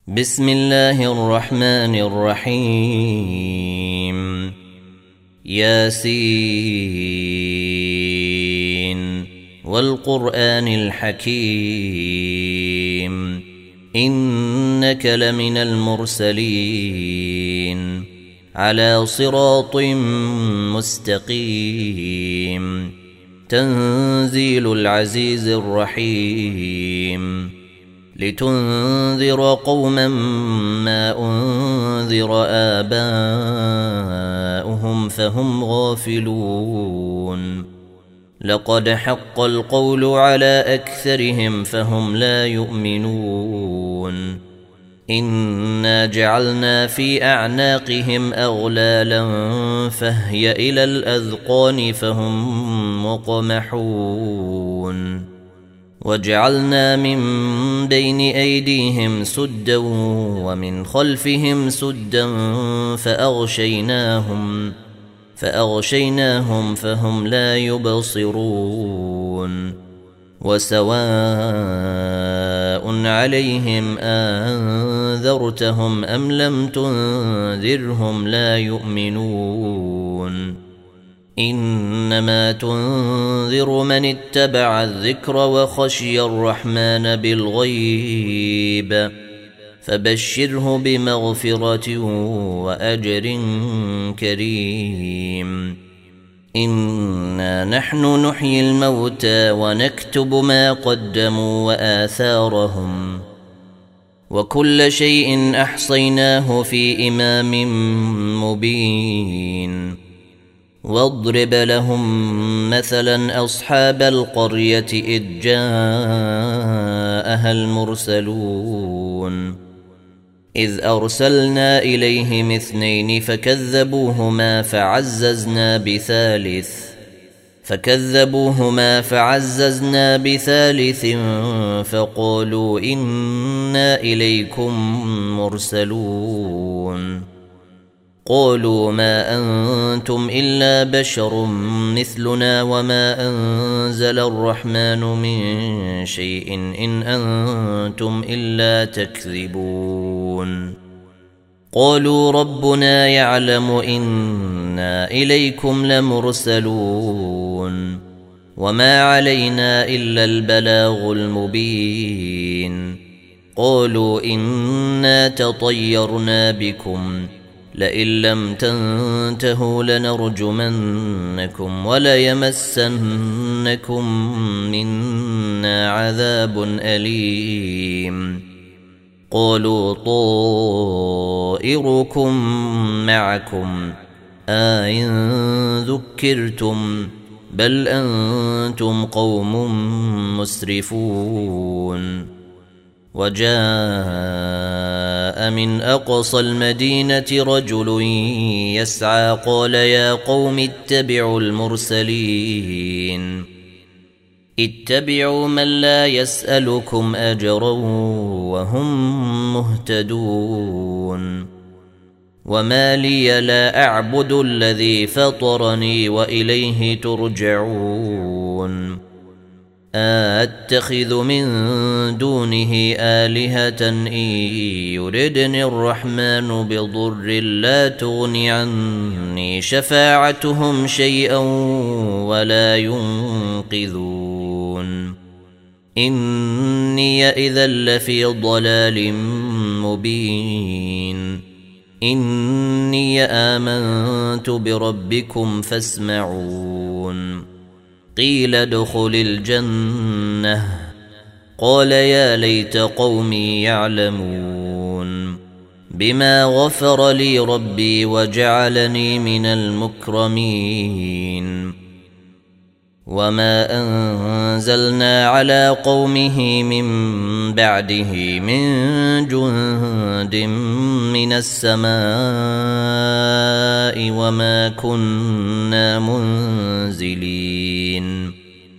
بسم الله الرحمن الرحيم ياسين والقرآن الحكيم إنك لمن المرسلين على صراط مستقيم تنزيل العزيز الرحيم لتنذر قوما ما أنذر آباؤهم فهم غافلون لقد حق القول على أكثرهم فهم لا يؤمنون إنا جعلنا في أعناقهم أغلالا فهي إلى الأذقان فهم مقمحون وجعلنا من بين أيديهم سدا ومن خلفهم سدا فأغشيناهم فهم لا يبصرون وسواء عليهم أنذرتهم أم لم تنذرهم لا يؤمنون إنما تنذر من اتبع الذكر وخشي الرحمن بالغيب فبشره بمغفرة وأجر كريم إنا نحن نحيي الموتى ونكتب ما قدموا وآثارهم وكل شيء أحصيناه في إمام مبين واضرب لهم مثلا أصحاب القرية إذ جاءها المرسلون إذ أرسلنا إليهم 2 فكذبوهما فعززنا بثالث فقالوا إنا إليكم مرسلون قالوا ما أنتم إلا بشر مثلنا وما أنزل الرحمن من شيء إن أنتم إلا تكذبون قالوا ربنا يعلم إنا إليكم لمرسلون وما علينا إلا البلاغ المبين قالوا إنا تطيرنا بكم لئن لم تنتهوا لنرجمنكم وليمسنكم منا عذاب أليم قالوا طائركم معكم أئن ذكرتم بل أنتم قوم مسرفون وجاء من أقصى المدينة رجل يسعى قال يا قوم اتبعوا المرسلين اتبعوا من لا يسألكم أجرا وهم مهتدون وما لي لا أعبد الذي فطرني وإليه ترجعون أتخذ من دونه آلهة إن يردني الرحمن بضر لا تغن عني شفاعتهم شيئا ولا ينقذون إني إذا لفي ضلال مبين إني آمنت بربكم فاسمعون قيل ادخل الجنة قال يا ليت قومي يعلمون بما غفر لي ربي وجعلني من المكرمين وما أنزلنا على قومه من بعده من جند من السماء وما كنا منزلين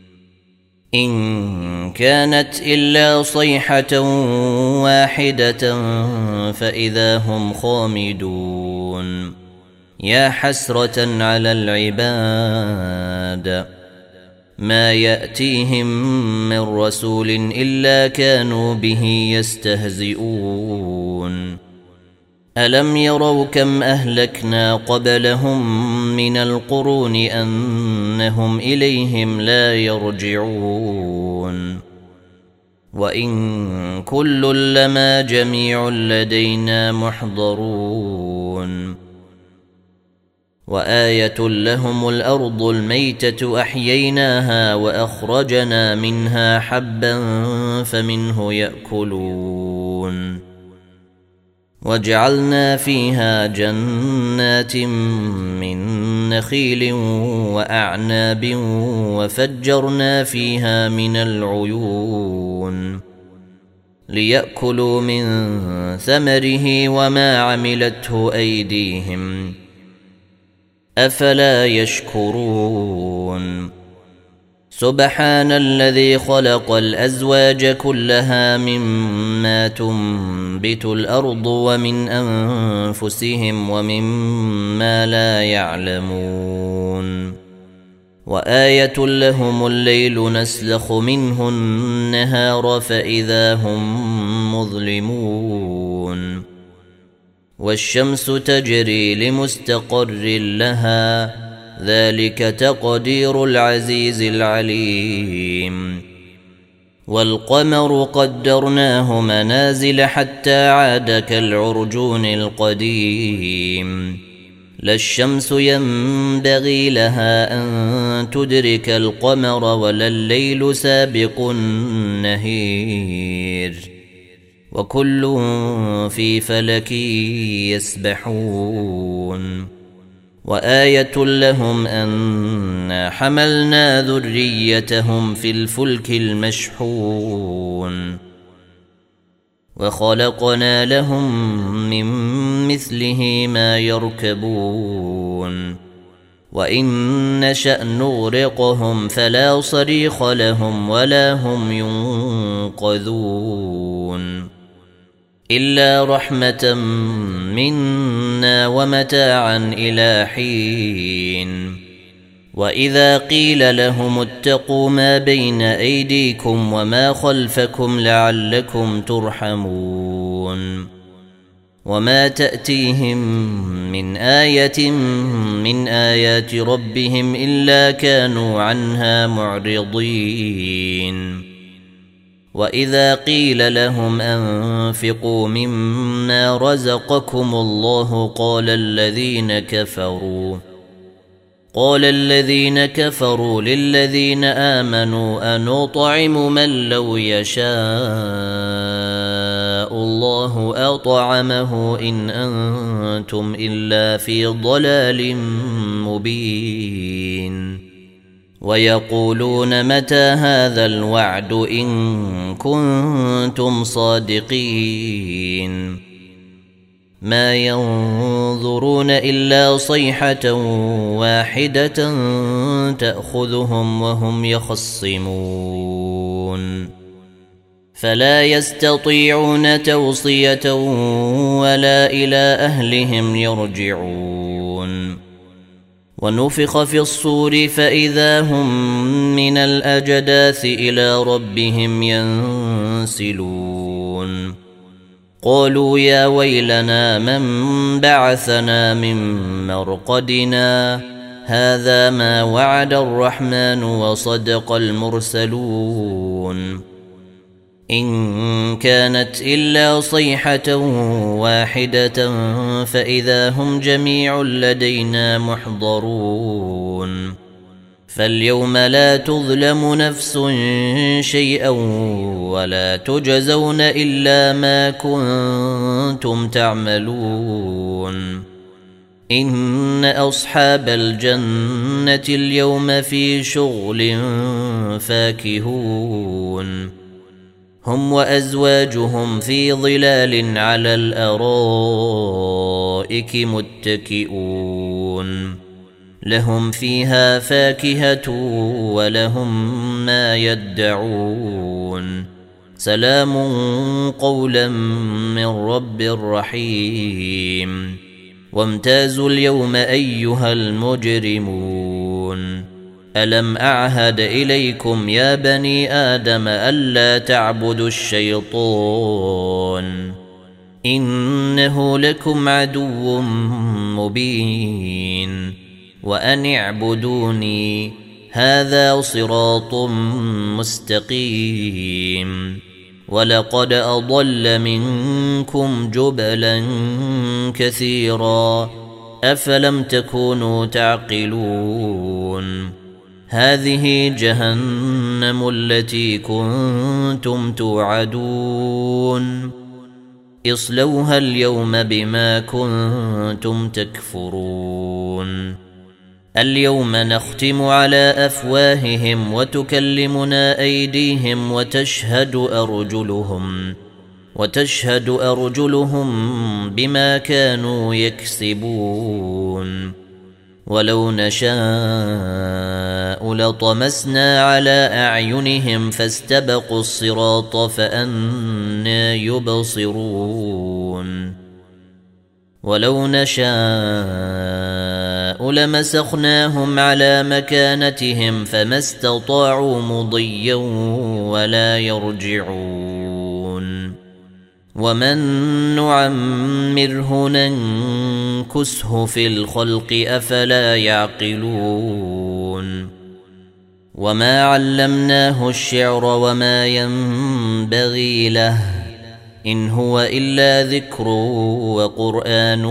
إن كانت إلا صيحة واحدة فإذا هم خامدون يا حسرة على العباد ما يأتيهم من رسول إلا كانوا به يستهزئون ألم يروا كم أهلكنا قبلهم من القرون أنهم إليهم لا يرجعون وإن كل لما جميع لدينا محضرون وآية لهم الأرض الميتة أحييناها وأخرجنا منها حبا فمنه يأكلون وجعلنا فيها جنات من نخيل وأعناب وفجرنا فيها من العيون ليأكلوا من ثمره وما عملته أيديهم أفلا يشكرون سبحان الذي خلق الأزواج كلها مما تنبت الأرض ومن أنفسهم ومما لا يعلمون وآية لهم الليل نسلخ منه النهار فإذا هم مظلمون والشمس تجري لمستقر لها ذلك تقدير العزيز العليم والقمر قدرناه منازل حتى عاد كالعرجون القديم لا الشمس ينبغي لها أن تدرك القمر ولا الليل سابق النهير وكل في فلك يسبحون وآية لهم أنا حملنا ذريتهم في الفلك المشحون وخلقنا لهم من مثله ما يركبون وإن نشأ نغرقهم فلا صريخ لهم ولا هم ينقذون إلا رحمة منا ومتاعا إلى حين وإذا قيل لهم اتقوا ما بين أيديكم وما خلفكم لعلكم ترحمون وما تأتيهم من آية من آيات ربهم إلا كانوا عنها معرضين وإذا قيل لهم أنفقوا مما رزقكم الله قال الذين كفروا للذين آمنوا أنطعم من لو يشاء الله أطعمه إن أنتم إلا في ضلال مبين ويقولون متى هذا الوعد إن كنتم صادقين ما ينظرون إلا صيحة واحدة تأخذهم وهم يخصمون فلا يستطيعون توصية ولا إلى أهلهم يرجعون ونفخ في الصور فإذا هم من الأجداث إلى ربهم ينسلون قالوا يا ويلنا من بعثنا من مرقدنا هذا ما وعد الرحمن وصدق المرسلون إن كانت إلا صيحة واحدة فإذا هم جميع لدينا محضرون فاليوم لا تظلم نفس شيئا ولا تجزون إلا ما كنتم تعملون إن أصحاب الجنة اليوم في شغل فاكهون هم وأزواجهم في ظلال على الأرائك متكئون لهم فيها فاكهة ولهم ما يدعون سلام قولا من رب رحيم وامتازوا اليوم أيها المجرمون ألم أعهد إليكم يا بني آدم ألا تعبدوا الشيطان إنه لكم عدو مبين وأن اعبدوني هذا صراط مستقيم ولقد أضل منكم جبلا كثيرا أفلم تكونوا تعقلون هذه جهنم التي كنتم توعدون اصلوها اليوم بما كنتم تكفرون اليوم نختم على أفواههم وتكلمنا أيديهم وتشهد أرجلهم بما كانوا يكسبون ولو نشاء لطمسنا على أعينهم فاستبقوا الصراط فأنى يبصرون ولو نشاء لمسخناهم على مكانتهم فما استطاعوا مضيا ولا يرجعون ومن نعمره ننكسه في الخلق أفلا يعقلون وما علمناه الشعر وما ينبغي له إن هو إلا ذكر وقرآن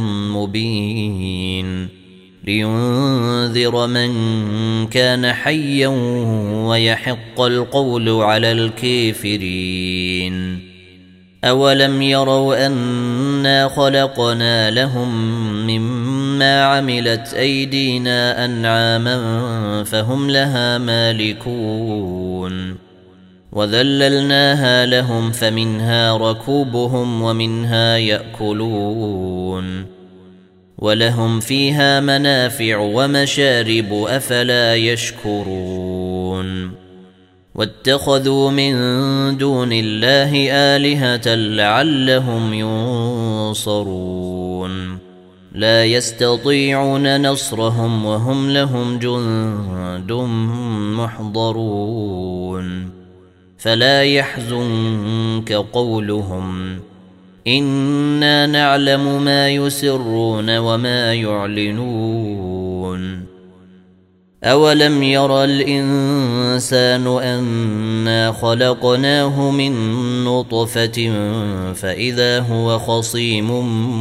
مبين لينذر من كان حيا ويحق القول على الكافرين أولم يروا أنا خلقنا لهم مما عملت أيدينا أنعاما فهم لها مالكون وذللناها لهم فمنها ركوبهم ومنها يأكلون ولهم فيها منافع ومشارب أفلا يشكرون واتخذوا من دون الله آلهة لعلهم ينصرون لا يستطيعون نصرهم وهم لهم جند محضرون فلا يحزنك قولهم إنا نعلم ما يسرون وما يعلنون أولم ير الإنسان أنا خلقناه من نطفة فإذا هو خصيم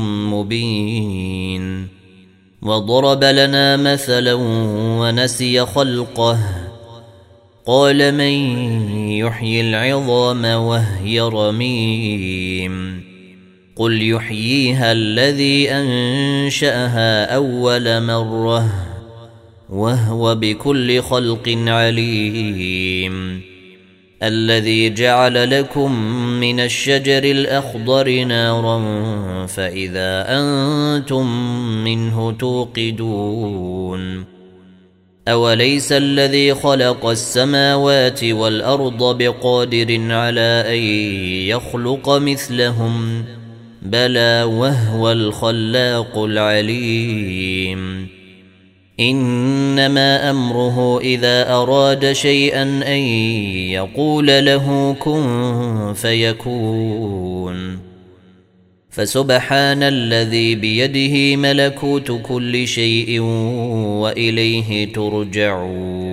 مبين وضرب لنا مثلا ونسي خلقه قال من يحيي العظام وهي رميم قل يحييها الذي أنشأها أول مرة وهو بكل خلق عليم الذي جعل لكم من الشجر الأخضر نارا فإذا أنتم منه توقدون أوليس الذي خلق السماوات والأرض بقادر على أن يخلق مثلهم بلى وهو الخلاق العليم إنما أمره إذا أراد شيئا أن يقول له كن فيكون فسبحان الذي بيده ملكوت كل شيء وإليه ترجعون